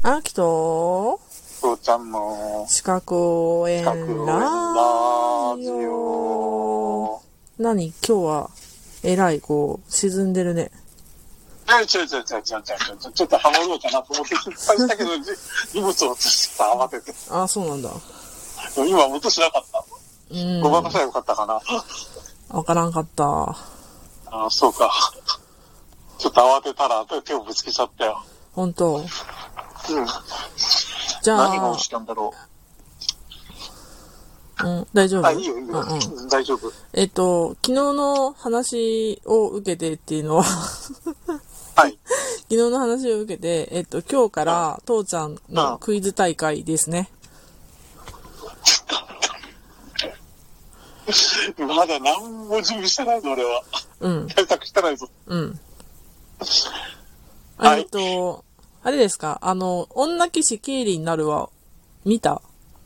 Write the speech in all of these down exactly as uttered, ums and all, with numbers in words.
あきと父ちゃんの四角応援ラジオ。何今日はえらいこう沈んでるね。 え、ちょいちょいちょいちょいちょいちょいちょっとハモろうかなと思って失敗したけど荷物を移して慌てて。 ああ、そうなんだ。 今音しなかった。 うん。 ごまかせばよかったかな。 わからんかった。 ああ、そうか。ちょっと慌てたら手をぶつけちゃったよ。 本当。うん。 じゃあ何が起きたんだろう。うん、大丈夫。 あ、いいよいいよ、うんうん、大丈夫。 えっと昨日の話を受けてっていうのははい。 昨日の話を受けて、えっと今日から父ちゃんのクイズ大会ですね。 まだ何も準備してないぞ俺は。 うん。 対策してないぞ。 うん。 はい、 えっとあれですか、あの女騎士経理になるは見た？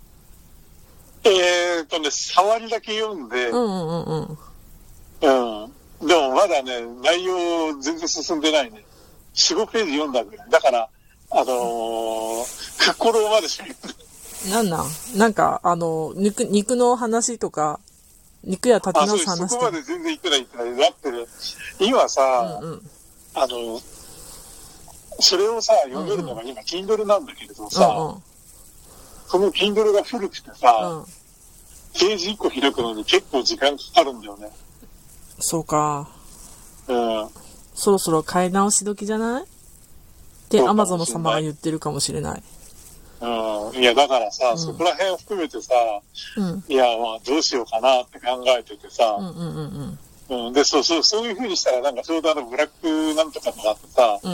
えーっとね、触りだけ読んで、 うんうんうんうん。 うん。でもまだね、内容全然進んでないね。よん、ごページ読んだぐらい。だから、あのー、フッコロまでしか言ってない。 なんなんなんか、あの、肉、肉の話とか、肉や立て直す話とか。 あ、そう、そこまで全然言ってない言ってない。だってね、今さ、 うんうん、あの、それをさ、読めるのが今、Kindle なんだけれどさ、うんうん、その Kindle が古くてさ、うん、ページいっこ開くのに結構時間かかるんだよね。 そうか。 うん。 そろそろ買い直し時じゃないってアマゾン様が言ってるかもしれない。 うん。いや、だからさ、うん、そこら辺を含めてさ、うん、いや、まあ、どうしようかなって考えててさ、うんうんうんうん。うん。で、そうそう、そういう風にしたら、なんかちょうどあの、ブラックなんとかとかってさ、うん、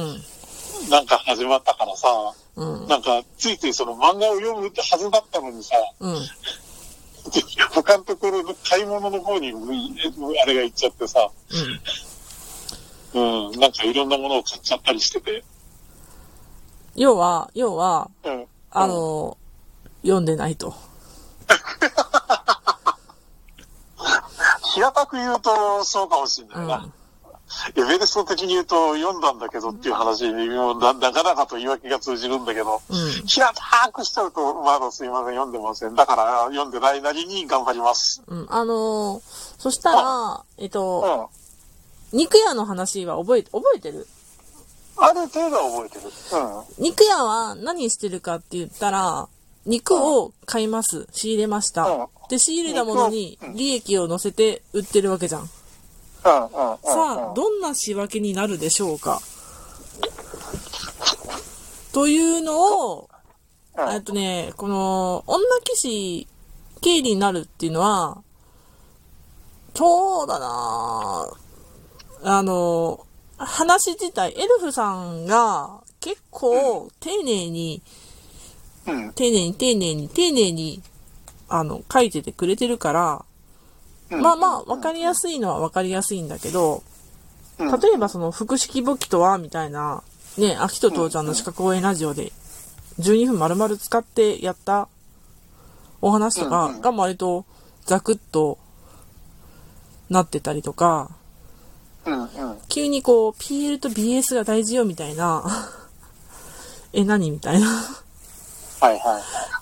なんか始まったからさ、うん、なんか、ついついその漫画を読むってはずだったのにさ、うん、他のところの買い物の方にあれが行っちゃってさ、うん、うん、なんかいろんなものを買っちゃったりしてて。 要は、要は、うん、あの、うん、読んでないと。 平たく言うとそうかもしれないな。うん、エベレスト的に言うと読んだんだけどっていう話にな, なかなかと言い訳が通じるんだけど、うん、平たくしちゃうとまだすいません読んでません。だから読んでないなりに頑張ります。 うん、あのー、そしたらえっと、うん、肉屋の話は覚え覚えてる？ ある程度は覚えてる。 うん、肉屋は何してるかって言ったら肉を買います、うん、仕入れました、うん、で仕入れたものに利益を乗せて売ってるわけじゃん。さあ、どんな仕分けになるでしょうかというのを、えっとね、この女騎士経理になるっていうのは、そうだなあの、話自体、エルフさんが結構丁寧に、丁寧に丁寧に丁寧に、あの、書いててくれてるから、まあまあ、わかりやすいのはわかりやすいんだけど、例えばその、複式簿記とは、みたいな、ね、秋と父ちゃんの四角応援ラジオで、じゅうにふん丸々使ってやったお話とかが割とザクッとなってたりとか、急にこう、ピーエル と ビーエス が大事よみたいな、え、何みたいな。 はいはい。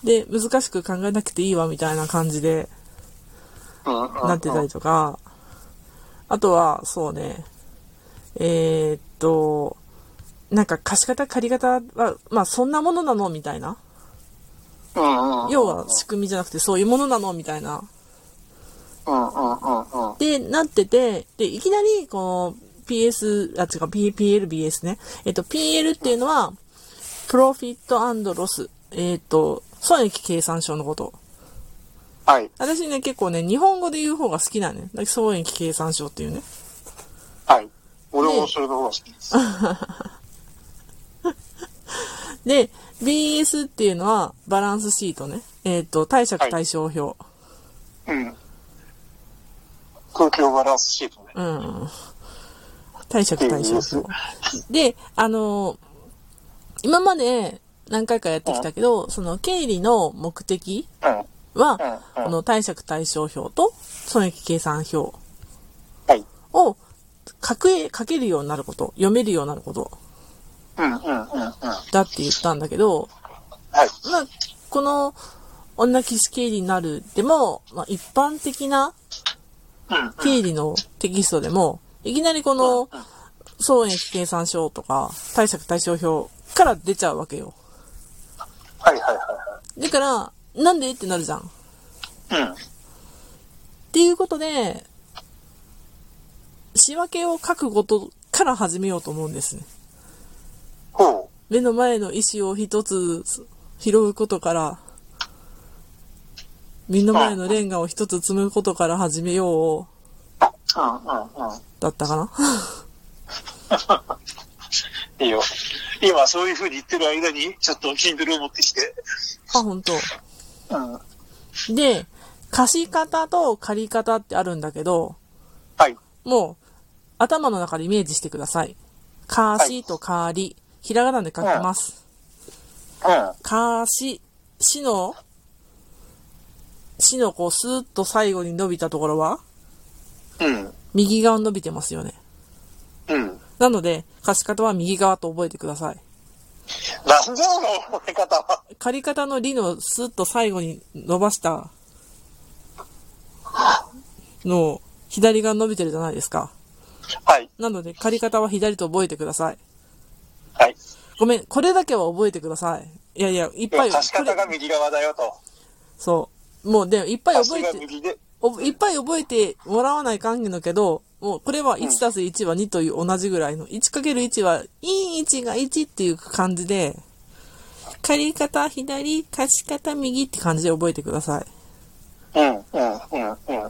で、難しく考えなくていいわみたいな感じで、なってたりとか、あとは、そうね、えー、っと、なんか貸し方借り方は、まあそんなものなのみたいな。要は仕組みじゃなくてそういうものなのみたいな。で、なってて、で、いきなり、この ピーエス、あ、違う、ピーエルビーエス ね。えっと、ピーエル っていうのは、プロフィット&ロス。えっと、損益計算書のこと。 はい。 私ね、結構ね、日本語で言う方が好きなのね。だ損益計算書っていうね。 はい。俺もそれの方が好きです。 で、ビーエス っていうのは、バランスシートね。えっと、貸借対照表。はい、 うん。空気バランスシートね。 うん。貸借対照表。で、あの、今まで何回かやってきたけど、うん、その経理の目的は、うんうん、この貸借対照表と損益計算表を書け、書けるようになること、読めるようになること。 うんうんうんうん。 だって言ったんだけど、 はい。 まあ、この女騎士経理になるでも、まあ、一般的な経理のテキストでも、いきなりこの、損益計算書とか、貸借対照表から出ちゃうわけよ。 はいはいはいはい。 だから、なんでってなるじゃん。 うん。 っていうことで、仕分けを書くことから始めようと思うんですね。 ほう。 目の前の石を一つ拾うことから、目の前のレンガを一つ積むことから始めよう。 うんうんうん。 だったかな。 いいよ。今そういう風に言ってる間に、ちょっと Kindle を持ってきて。 あ、ほんと。 うん。 で、貸し方と借り方ってあるんだけど、 はい。 もう、頭の中でイメージしてください。貸しと借り、ひらがなで書きます。 うん。 貸し、しの、しのこうスーッと最後に伸びたところは、 うん。 右側に伸びてますよね。 うん。 なので、貸し方は右側と覚えてください。 なんでその覚え方は。 借り方のりのスーッと最後に伸ばしたの、左側伸びてるじゃないですか。 はい。 なので、借り方は左と覚えてください。 はい。 ごめん、これだけは覚えてください。いやいや、いっぱい。 貸し方が右側だよと。 そう。もう、でも、いっぱい覚えて、 でいっぱい覚えてもらわない関係だけど、もう、これは いちたすいち はにという同じぐらいの、いちかけるいち はいい位置がいちっていう感じで、借り方左、貸し方右って感じで覚えてください。 うん、うん、うん、うん。はい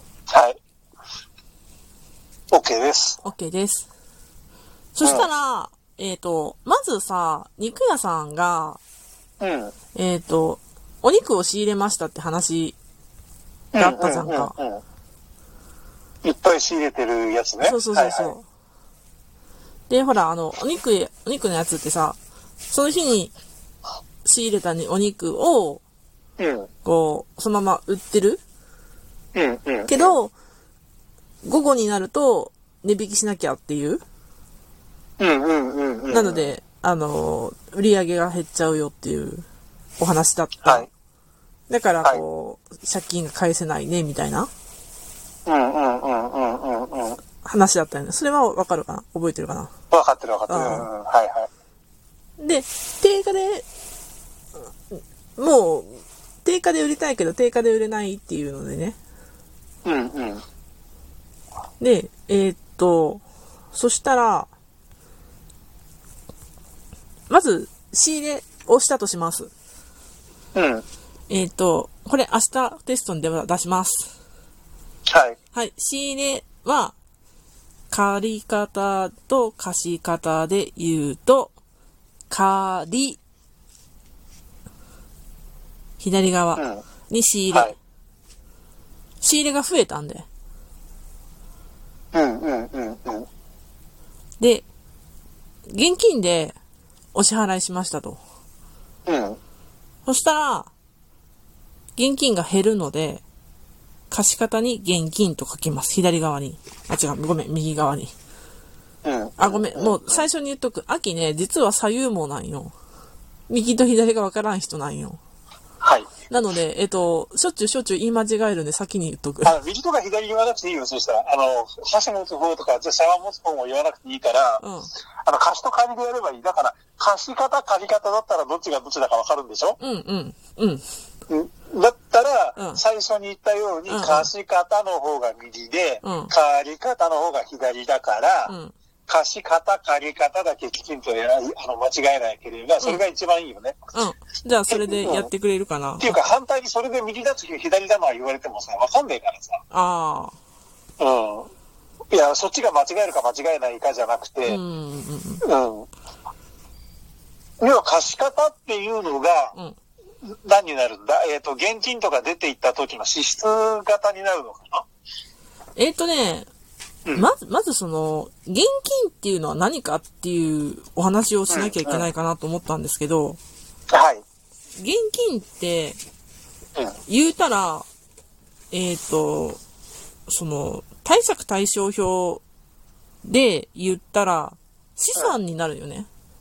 。OK です。 OK です。そしたら、うん、えっと、まずさ、肉屋さんが、 うん、 えっと、お肉を仕入れましたって話があったじゃんか。 うんうんうんうん、いっぱい仕入れてるやつね。 そうそうそうそう。はいはい、で、ほら、あの、お肉、お肉のやつってさ、その日に仕入れたお肉を、 うん、 こう、そのまま売ってる、 うんうん、 けど、午後になると値引きしなきゃっていう。 うんうんうんうん、 なので、あの、売り上げが減っちゃうよっていうお話だった。はい、だから、こう、はい、借金が返せないね、みたいな。 うんうんうんうんうんうん。 話だったよね。それはわかるかな？覚えてるかな？ わかってるわかってる。うん、はいはい。 で、定価で、もう、定価で売りたいけど、定価で売れないっていうのでね。 うんうん。 で、えー、っと、そしたら、まず、仕入れをしたとします。 うん。 えー、っと、これ明日テストに出します。 はい。 はい。仕入れは、借り方と貸し方で言うと、借り、左側に仕入れ、うんはい。仕入れが増えたんで。 うんうんうんうん。 で、現金でお支払いしましたと。 うん。 そしたら、現金が減るので、貸し方に現金と書きます。左側に。あ、違う。ごめん。右側に。 うん。 あ、ごめん。もう最初に言っとく。秋ね、実は左右もなんよ。右と左がわからん人なんよ。 はい。 なので、えっと、しょっちゅうしょっちゅう言い間違えるんで先に言っとく。 あ、右とか左言わなくていいよ、そしたら。あの、箸持つ方とか、じゃシャワー持つ方も言わなくていいから、うん。あの、貸しと借りでやればいい。だから、貸し方、借り方だったらどっちがどっちだかわかるんでしょ？ うんうん。うん。 だったら、うん、最初に言ったように、貸し方の方が右で、うん、借り方の方が左だから、うん、貸し方、借り方だけきちんとやらあの間違えないければ、それが一番いいよね。 うん。じゃあ、それでやってくれるかな、うん、 っていうか、反対にそれで右だと左だのは言われてもさ、わかんねえからさ。 ああ。うん。いや、そっちが間違えるか間違えないかじゃなくて、うん。うん。要は貸し方っていうのが、うん何になるんだえっ、ー、と、現金とか出ていった時の支出型になるのかなえっ、ー、とね、うん、まず、まずその、現金っていうのは何かっていうお話をしなきゃいけないかなと思ったんですけど、うんうん、 はい。 現金って、言うたら、えっ、ー、と、その、貸借対照表で言ったら、資産になるよね。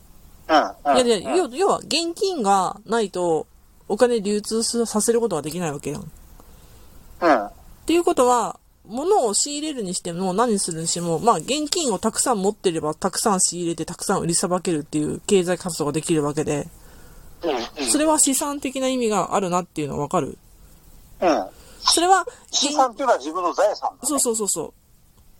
うん。 いやいや、要要は現金がないとお金流通させることができないわけやん。 うん。 っていうことは、物を仕入れるにしても何するにしても、まあ現金をたくさん持ってればたくさん仕入れてたくさん売りさばけるっていう経済活動ができるわけで、 うん。 それは資産的な意味があるなっていうのはわかる？ うん。 それは、 資産っていうのは自分の財産だ、ね。 そうそうそうそう。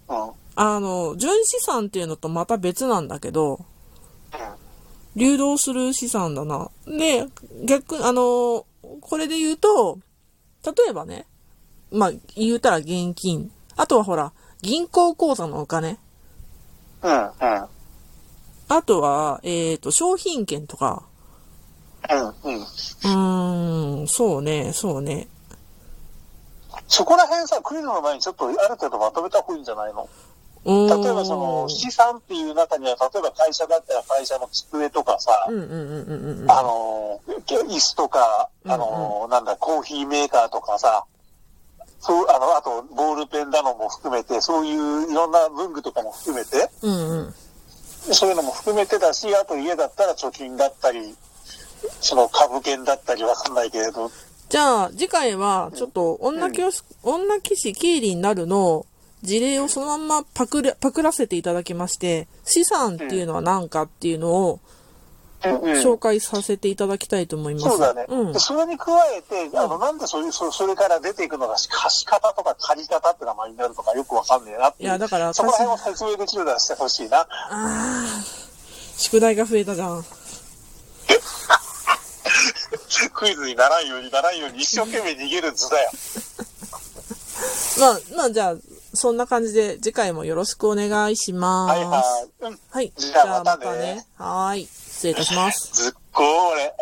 うん。 あの、純資産っていうのとまた別なんだけど、 うん。 流動する資産だな。で、逆、あの、これで言うと、例えばね、まあ、言うたら現金。あとはほら、銀行口座のお金。 うん、うん。あとは、えっと、商品券とか。 うん、うん。 うーん、そうね、そうね。 そこら辺さ、クイズの前にちょっとある程度まとめた方がいいんじゃないの？例えばその、資産っていう中には、例えば会社だったら会社の机とかさ、あの、椅子とか、あの、うんうん、なんだ、コーヒーメーカーとかさ、そう、あの、あと、ボールペンだのも含めて、そういういろんな文具とかも含めて、 うんうん、 そういうのも含めてだし、あと家だったら貯金だったり、その株券だったりわかんないけれど。 じゃあ、次回は、ちょっと、女教師、うん、女騎士経理になるの事例をそのまんまパクる、パクらせていただきまして、資産っていうのは何かっていうのを、紹介させていただきたいと思います。 そうだね。うん、それに加えて、あの、なんでそういう、それから出ていくのが貸し方とか借り方って名前になるとかよくわかんねえなっていう。 いや、だから、 そこら辺を説明できるようにしてほしいな。ああ、宿題が増えたじゃん。 クイズにならんようにならんように一生懸命逃げる図だよ。 まあ、まあ、じゃあ、そんな感じで次回もよろしくお願いします。 はいはい。うん、 はい。 じゃあまたね。 じゃあまたね。はい。失礼いたします。 ずっこーれ。